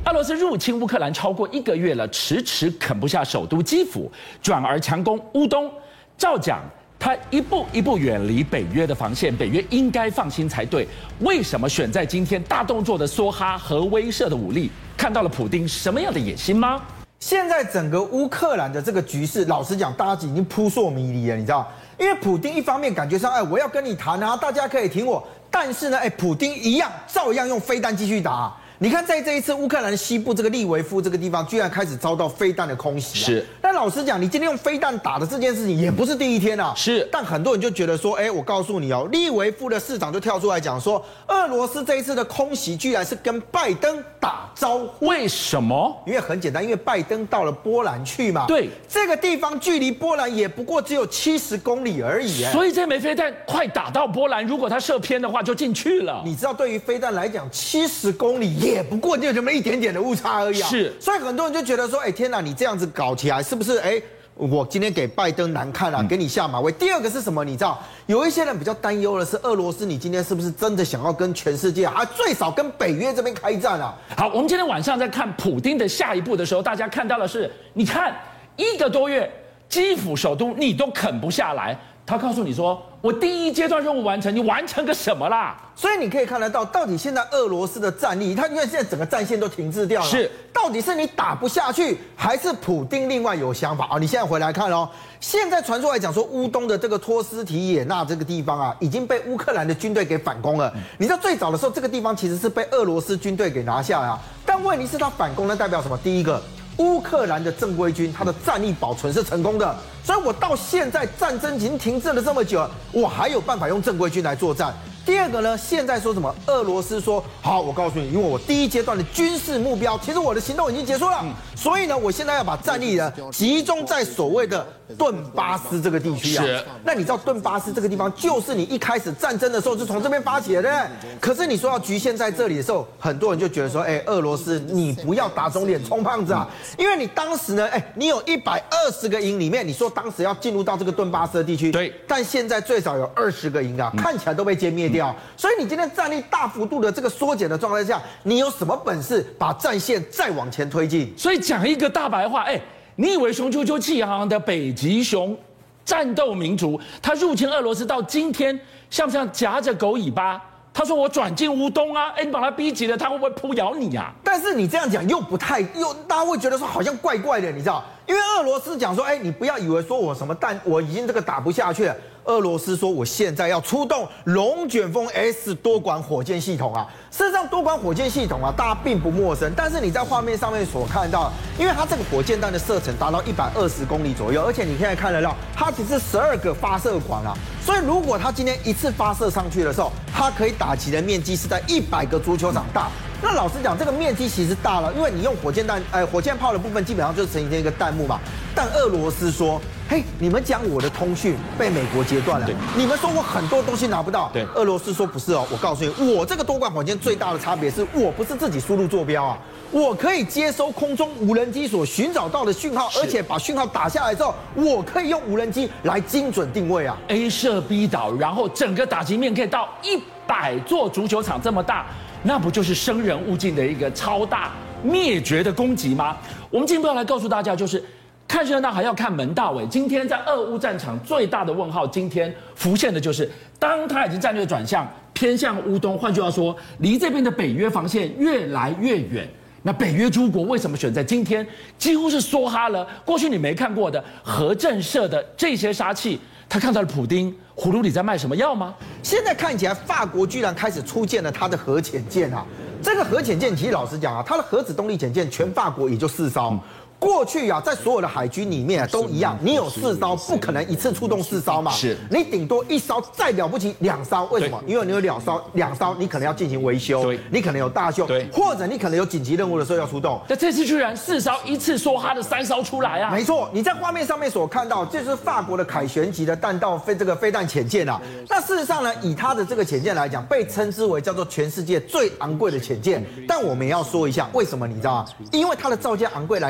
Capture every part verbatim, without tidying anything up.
俄罗斯入侵乌克兰超过一个月了，迟迟啃不下首都基辅，转而强攻乌东。照讲，他一步一步远离北约的防线，北约应该放心才对。为什么选在今天大动作的梭哈核威慑的武力？看到了普丁什么样的野心吗？ 现在整个乌克兰的这个局势，老实讲，大家已经扑朔迷离了，你知道？因为普丁一方面感觉上，哎，我要跟你谈啊，大家可以挺我，但是呢，哎，普丁一样照样用飞弹继续打啊。你看，在这一次乌克兰西部这个利维夫这个地方，居然开始遭到飞弹的空袭、啊。 是。 但老实讲，你今天用飞弹打的这件事情，也不是第一天啊。 是。 但很多人就觉得说，哎，我告诉你哦，利维夫的市长就跳出来讲说，俄罗斯这一次的空袭居然是跟拜登打招呼。 为什么？ 因为很简单，因为拜登到了波兰去嘛。 对。 这个地方距离波兰也不过只有七十公里而已。 所以这枚飞弹快打到波兰，如果它射偏的话，就进去了。 你知道，对于飞弹来讲，七十公里也不过就这么一点点的误差而已啊！ 是， 所以很多人就觉得说，哎，天哪，你这样子搞起来，是不是？哎，我今天给拜登难看啊，嗯、给你下马威。第二个是什么？你知道，有一些人比较担忧的是，俄罗斯，你今天是不是真的想要跟全世界，还最少跟北约这边开战啊？ 好，我们今天晚上在看普丁的下一步的时候，大家看到的是，你看一个多月，基辅首都你都啃不下来。他告诉你说，我第一阶段任务完成，你完成个什么啦？ 所以你可以看得到，到底现在俄罗斯的战力，他因为现在整个战线都停滞掉了， 是， 到底是你打不下去，还是普丁另外有想法啊？你现在回来看哦，现在传出来讲说，乌东的这个托斯提野纳这个地方啊，已经被乌克兰的军队给反攻了。嗯、你知道最早的时候，这个地方其实是被俄罗斯军队给拿下啊，但问题是他反攻呢，代表什么？第一个，乌克兰的正规军，他的战力保存是成功的，所以我到现在战争已经停滞了这么久了，我还有办法用正规军来作战。第二个呢，现在说什么？俄罗斯说好，我告诉你，因为我第一阶段的军事目标，其实我的行动已经结束了，嗯、所以呢，我现在要把战力呢集中在所谓的顿巴斯这个地区啊。 是。 那你知道顿巴斯这个地方，就是你一开始战争的时候是从这边发起的，对不对？可是你说要局限在这里的时候，很多人就觉得说，哎，俄罗斯你不要打肿脸充胖子啊，因为你当时呢，哎，你有一百二十个营里面，你说当时要进入到这个顿巴斯的地区， 对， 但现在最少有二十个营啊，嗯、看起来都被歼灭掉。所以你今天战力大幅度的这个缩减的状态下，你有什么本事把战线再往前推进？ 所以讲一个大白话，哎，你以为雄赳赳气昂昂的北极熊战斗民族，他入侵俄罗斯到今天，像不像夹着狗尾巴？他说我转进乌东啊，哎，你把他逼急了，他会不会扑咬你啊？ 但是你这样讲又不太，又大家会觉得说好像怪怪的，你知道？因为俄罗斯讲说，哎，你不要以为说我什么弹，我已经这个打不下去了。俄罗斯说，我现在要出动龙卷风 S 多管火箭系统啊。事实上，多管火箭系统啊，大家并不陌生。但是你在画面上面所看到，因为它这个火箭弹的射程达到一百二十公里左右，而且你现在看得到，它只是十二个发射管啊。所以如果它今天一次发射上去的时候，它可以打击的面积是在一百个足球场大。那老实讲，这个面积其实大了，因为你用火箭弹，呃，火箭炮的部分基本上就是呈现一个弹幕嘛。但俄罗斯说，嘿，你们讲我的通讯被美国截断了，你们说我很多东西拿不到， 对， 俄罗斯说不是哦，我告诉你，我这个多管火箭最大的差别是我不是自己输入坐标啊，我可以接收空中无人机所寻找到的讯号，而且把讯号打下来之后，我可以用无人机来精准定位啊 ，A 射 B 导，然后整个打击面可以到一百座足球场这么大。那不就是生人勿近的一个超大灭绝的攻击吗？我们今天要来告诉大家，就是看热闹还要看门道。哎，今天在俄乌战场最大的问号，今天浮现的就是，当他已经战略转向偏向乌东，换句话说，离这边的北约防线越来越远。那北约诸国为什么选在今天？几乎是梭哈了过去你没看过的核震慑的这些杀器。他看到了普丁葫芦里在卖什么药吗？ 现在看起来，法国居然开始出现了它的核潜舰啊！这个核潜舰，其实老实讲啊，它的核子动力潜舰，全法国也就四艘。嗯过去啊，在所有的海军里面、啊、都一样，你有四艘，不可能一次出动四艘嘛。 是， 你顶多一艘，再了不起两艘。为什么？因为你有两艘，两艘你可能要进行维修，你可能有大修，或者你可能有紧急任务的时候要出动。 那这次居然四艘一次梭哈的三艘出来啊！ 没错，你在画面上面所看到，这就是法国的凯旋级的弹道飞这个飞弹潜舰啊。那事实上呢，以它的这个潜舰来讲，被称之为叫做全世界最昂贵的潜舰。但我们也要说一下，为什么你知道吗？因为它的造价昂贵来自于它总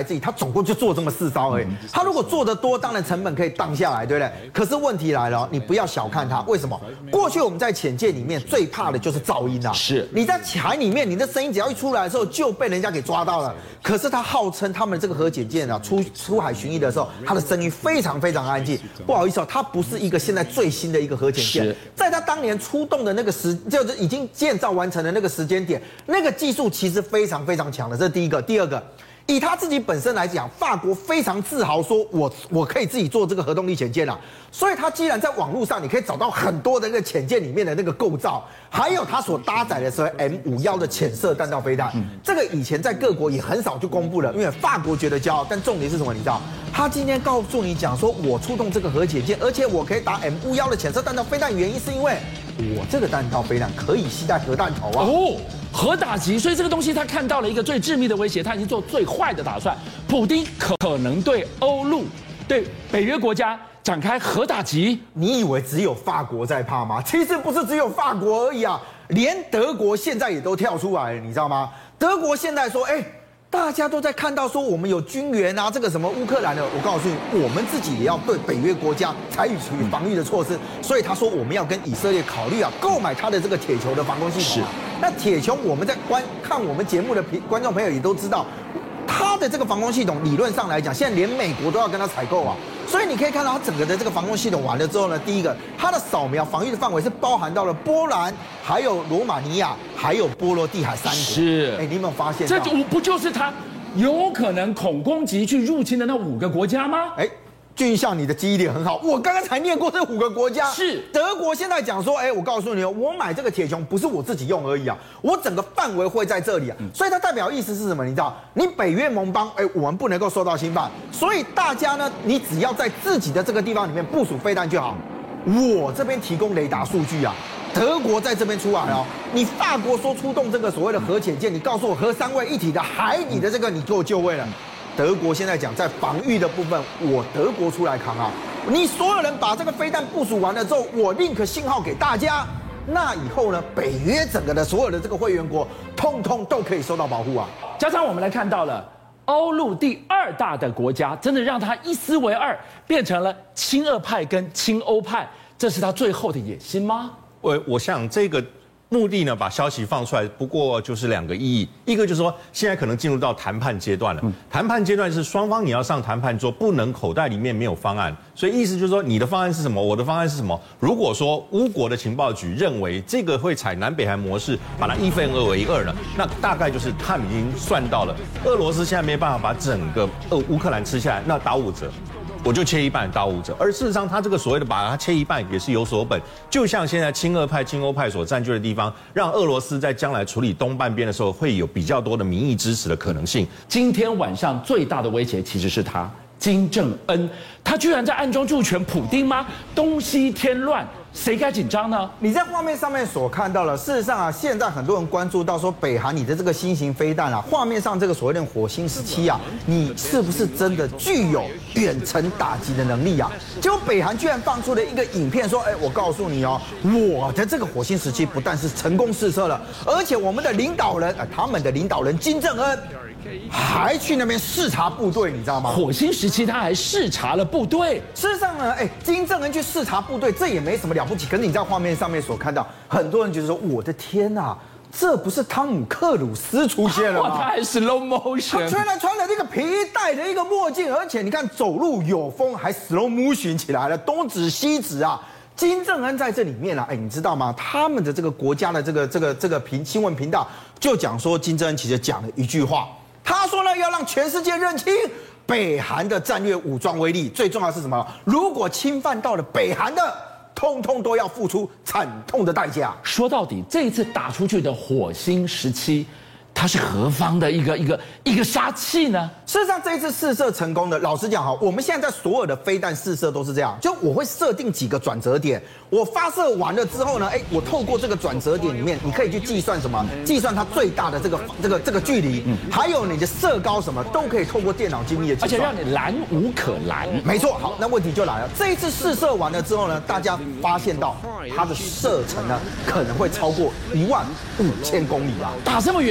总共就做这么四艘而已。他如果做得多，当然成本可以降下来，对不对？可是问题来了，你不要小看它，为什么？过去我们在潜舰里面最怕的就是噪音啊， 是你在海里面，你的声音只要一出来的时候，就被人家给抓到了。可是他号称他们这个核潜舰啊，出出海巡弋的时候，它的声音非常非常安静。不好意思哦，它不是一个现在最新的一个核潜舰，在它当年出动的那个时，就是已经建造完成的那个时间点，那个技术其实非常非常强的。这是第一个，第二个。以他自己本身来讲，法国非常自豪说我，我我可以自己做这个核动力潜舰啊。所以他既然在网络上，你可以找到很多的那个潜舰里面的那个构造，还有他所搭载的是 M 五十一 的潜射弹道飞弹。嗯、这个以前在各国也很少就公布了，因为法国觉得骄傲。但重点是什么？你知道？他今天告诉你讲说，我出动这个核潜舰，而且我可以打 M 五十一 的潜射弹道飞弹，原因是因为我这个弹道飞弹可以携带核弹头啊。 哦。核打击，所以这个东西他看到了一个最致命的威胁，他已经做最坏的打算。普丁可可能对欧陆、对北约国家展开核打击。 你以为只有法国在怕吗？其实不是只有法国而已啊，连德国现在也都跳出来了，你知道吗？德国现在说，哎、欸。大家都在看到说我们有军援啊，这个什么乌克兰的，我告诉你，我们自己也要对北约国家采取防御的措施。所以他说我们要跟以色列考虑啊，购买他的这个铁球的防空系统、啊。那铁球我们在观看我们节目的观众朋友也都知道，它的这个防空系统理论上来讲，现在连美国都要跟它采购啊。所以你可以看到它整个的这个防空系统完了之后呢，第一个它的扫描防御的范围是包含到了波兰、还有罗马尼亚、还有波罗的海三国。 是， 哎，你有没有发现？ 这五不就是它有可能恐攻击去入侵的那五个国家吗？ 哎。俊相，你的记忆力很好。我刚刚才念过这五个国家， 是德国现在讲说，哎，我告诉你哦，我买这个铁穹不是我自己用而已啊，我整个范围会在这里啊。所以它代表意思是什么？你知道，你北约盟邦，哎，我们不能够受到侵犯，所以大家呢，你只要在自己的这个地方里面部署飞弹就好。我这边提供雷达数据啊。德国在这边出来哦，你法国说出动这个所谓的核潜舰，你告诉我核三位一体的海底的这个，你给我就位了。德国现在讲在防御的部分，我德国出来扛啊！你所有人把这个飞弹部署完了之后，我 link 信号给大家，那以后呢，北约整个的所有的这个会员国，通通都可以受到保护啊！ 加上我们来看到了欧陆第二大的国家，真的让他一撕为二，变成了亲俄派跟亲欧派，这是他最后的野心吗？ 我我想这个。目的呢，把消息放出来，不过就是两个意义，一个就是说，现在可能进入到谈判阶段了。嗯、谈判阶段是双方你要上谈判桌，不能口袋里面没有方案。所以意思就是说，你的方案是什么，我的方案是什么。如果说乌国的情报局认为这个会采南北韩模式，把它一分二为二呢，那大概就是他们已经算到了，俄罗斯现在没办法把整个呃乌克兰吃下来，那打五折。我就切一半打五折，而事实上，他这个所谓的把它切一半也是有所本，就像现在亲俄派、亲欧派所占据的地方，让俄罗斯在将来处理东半边的时候，会有比较多的民意支持的可能性。 今天晚上最大的威胁其实是他金正恩，他居然在暗中助权普丁吗？东西添乱。谁该紧张呢？ 你在画面上面所看到了，事实上啊，现在很多人关注到说，北韩你的这个新型飞弹啊，画面上这个所谓的火星十七啊，你是不是真的具有远程打击的能力啊？结果北韩居然放出了一个影片说，哎，我告诉你哦，我的这个火星十七不但是成功试射了，而且我们的领导人，呃，他们的领导人金正恩。还去那边视察部队，你知道吗？ 火星时期他还视察了部队。 事实上呢，哎，金正恩去视察部队，这也没什么了不起。可是你在画面上面所看到，很多人觉得说，我的天哪，这不是汤姆克鲁斯出现了吗？ 哇，他还 slow motion， 他居然穿了这个皮戴着一个墨镜，而且你看走路有风，还 slow motion 起来了，东指西指啊。金正恩在这里面啊，哎，你知道吗？他们的这个国家的这个这个这个频新闻频道就讲说，金正恩其实讲了一句话。他说呢，要让全世界认清北韩的战略武装威力。最重要的是什么？如果侵犯到了北韩的，通通都要付出惨痛的代价。 说到底，这一次打出去的火星十七，它是何方的一个一个一个杀器呢？ 事实上，这一次试射成功的，老实讲哈，我们现在在所有的飞弹试射都是这样，就我会设定几个转折点，我发射完了之后呢，哎，我透过这个转折点里面，你可以去计算什么？计算它最大的这个这个这个距离，嗯，还有你的射高什么，都可以透过电脑精密的计算， 而且让你拦无可拦。 没错，好，那问题就来了，这一次试射完了之后呢，大家发现到它的射程呢可能会超过一万五千公里啊， 打这么远，那就不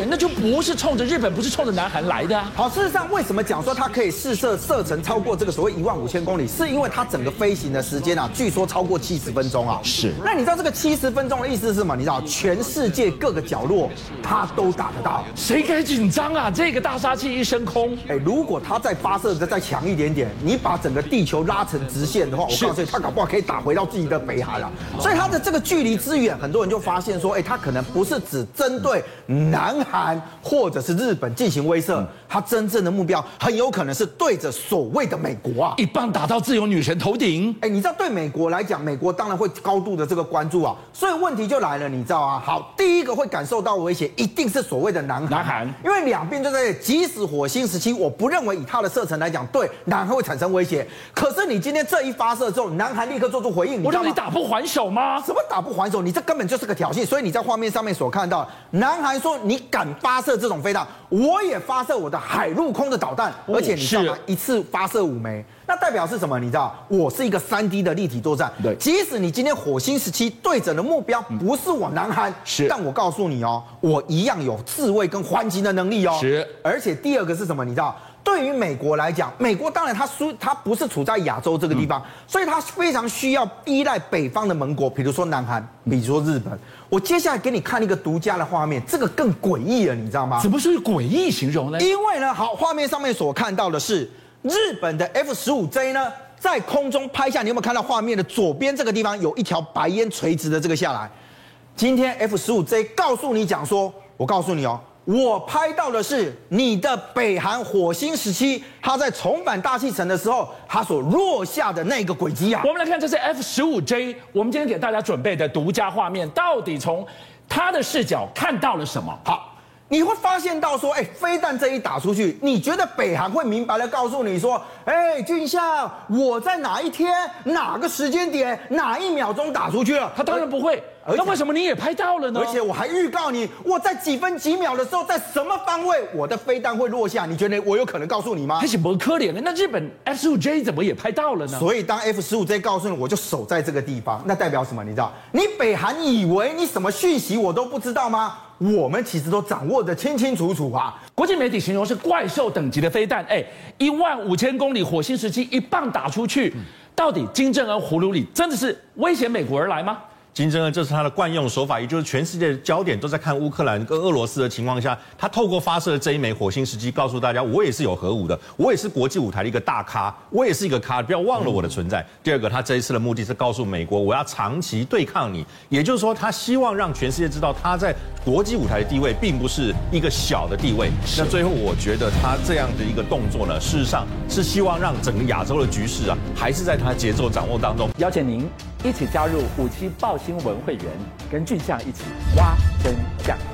不是冲着日本，不是冲着南韩来的啊。 好，事实上为什么讲说它可以试射射程超过这个所谓一万五千公里，是因为它整个飞行的时间啊，据说超过七十分钟啊。 是。 那你知道这个七十分钟的意思是什么？你知道全世界各个角落它都打得到， 谁该紧张啊？这个大杀器一升空， 哎，如果它再发射的再强一点点，你把整个地球拉成直线的话，我告诉你，它搞不好可以打回到自己的北海了。所以它的这个距离之远，很多人就发现说，哎，它可能不是只针对南韩或者是日本进行威慑，它真正的目标很有可能是对着所谓的美国啊， 一棒打到自由女神头顶。 哎，你知道对美国来讲，美国当然会高度的这个关注啊，所以问题就来了，你知道啊？好，第一个会感受到威胁，一定是所谓的南韩， 南韩， 因为两边就在，即使火星十七，我不认为以它的射程来讲，对南韩会产生威胁。可是你今天这一发射之后，南韩立刻做出回应， 我让你打不还手吗？ 什么打不还手？你这根本就是个挑衅。所以你在画面上面所看到，南韩说你敢发射这种飞弹，我也发射我的海陆空的导弹，而且你知道吗？一次发射五枚。那代表是什么？你知道，我是一个三 D 的立体作战。 对， 即使你今天火星十七对准的目标不是我南韩， 是， 但我告诉你哦，我一样有自卫跟还击的能力哦。 是， 而且第二个是什么？你知道，对于美国来讲，美国当然它输，它不是处在亚洲这个地方，嗯、所以它非常需要依赖北方的盟国，比如说南韩，比如说日本。我接下来给你看一个独家的画面，这个更诡异了，你知道吗？ 怎么是诡异形容呢？ 因为呢，好，画面上面所看到的是。日本的 F 十五 J 呢，在空中拍下，你有没有看到画面的左边这个地方有一条白烟垂直的这个下来？今天 F 十五 J 告诉你讲说，我告诉你哦，我拍到的是你的北韩火星十七，它在重返大气层的时候，它所落下的那个轨迹啊。 我们来看，这是 F 十五 J， 我们今天给大家准备的独家画面，到底从它的视角看到了什么？ 好。你会发现到说，哎，飞弹这一打出去，你觉得北韩会明白的告诉你说，哎，俊相，我在哪一天、哪个时间点、哪一秒钟打出去了？ 他当然不会。那为什么你也拍到了呢？ 而且我还预告你，我在几分几秒的时候，在什么方位，我的飞弹会落下？你觉得我有可能告诉你吗？ 还是不可怜的？那日本 F 十五 J 怎么也拍到了呢？ 所以当 F 十五 J 告诉你，我就守在这个地方，那代表什么？你知道？你北韩以为你什么讯息我都不知道吗？我们其实都掌握得清清楚楚啊！ 国际媒体形容是怪兽等级的飞弹，哎，一万五千公里火星十七一棒打出去，嗯、到底金正恩葫芦里真的是威胁美国而来吗？ 金正恩这是他的惯用手法，也就是全世界的焦点都在看乌克兰跟俄罗斯的情况下，他透过发射这一枚火星十七，告诉大家我也是有核武的，我也是国际舞台的一个大咖，我也是一个咖，不要忘了我的存在。嗯、第二个，他这一次的目的是告诉美国，我要长期对抗你，也就是说，他希望让全世界知道他在国际舞台的地位并不是一个小的地位。那最后，我觉得他这样的一个动作呢，事实上是希望让整个亚洲的局势啊，还是在他节奏掌握当中。 邀请您一起加入五七报新闻会员，跟俊相一起挖真相。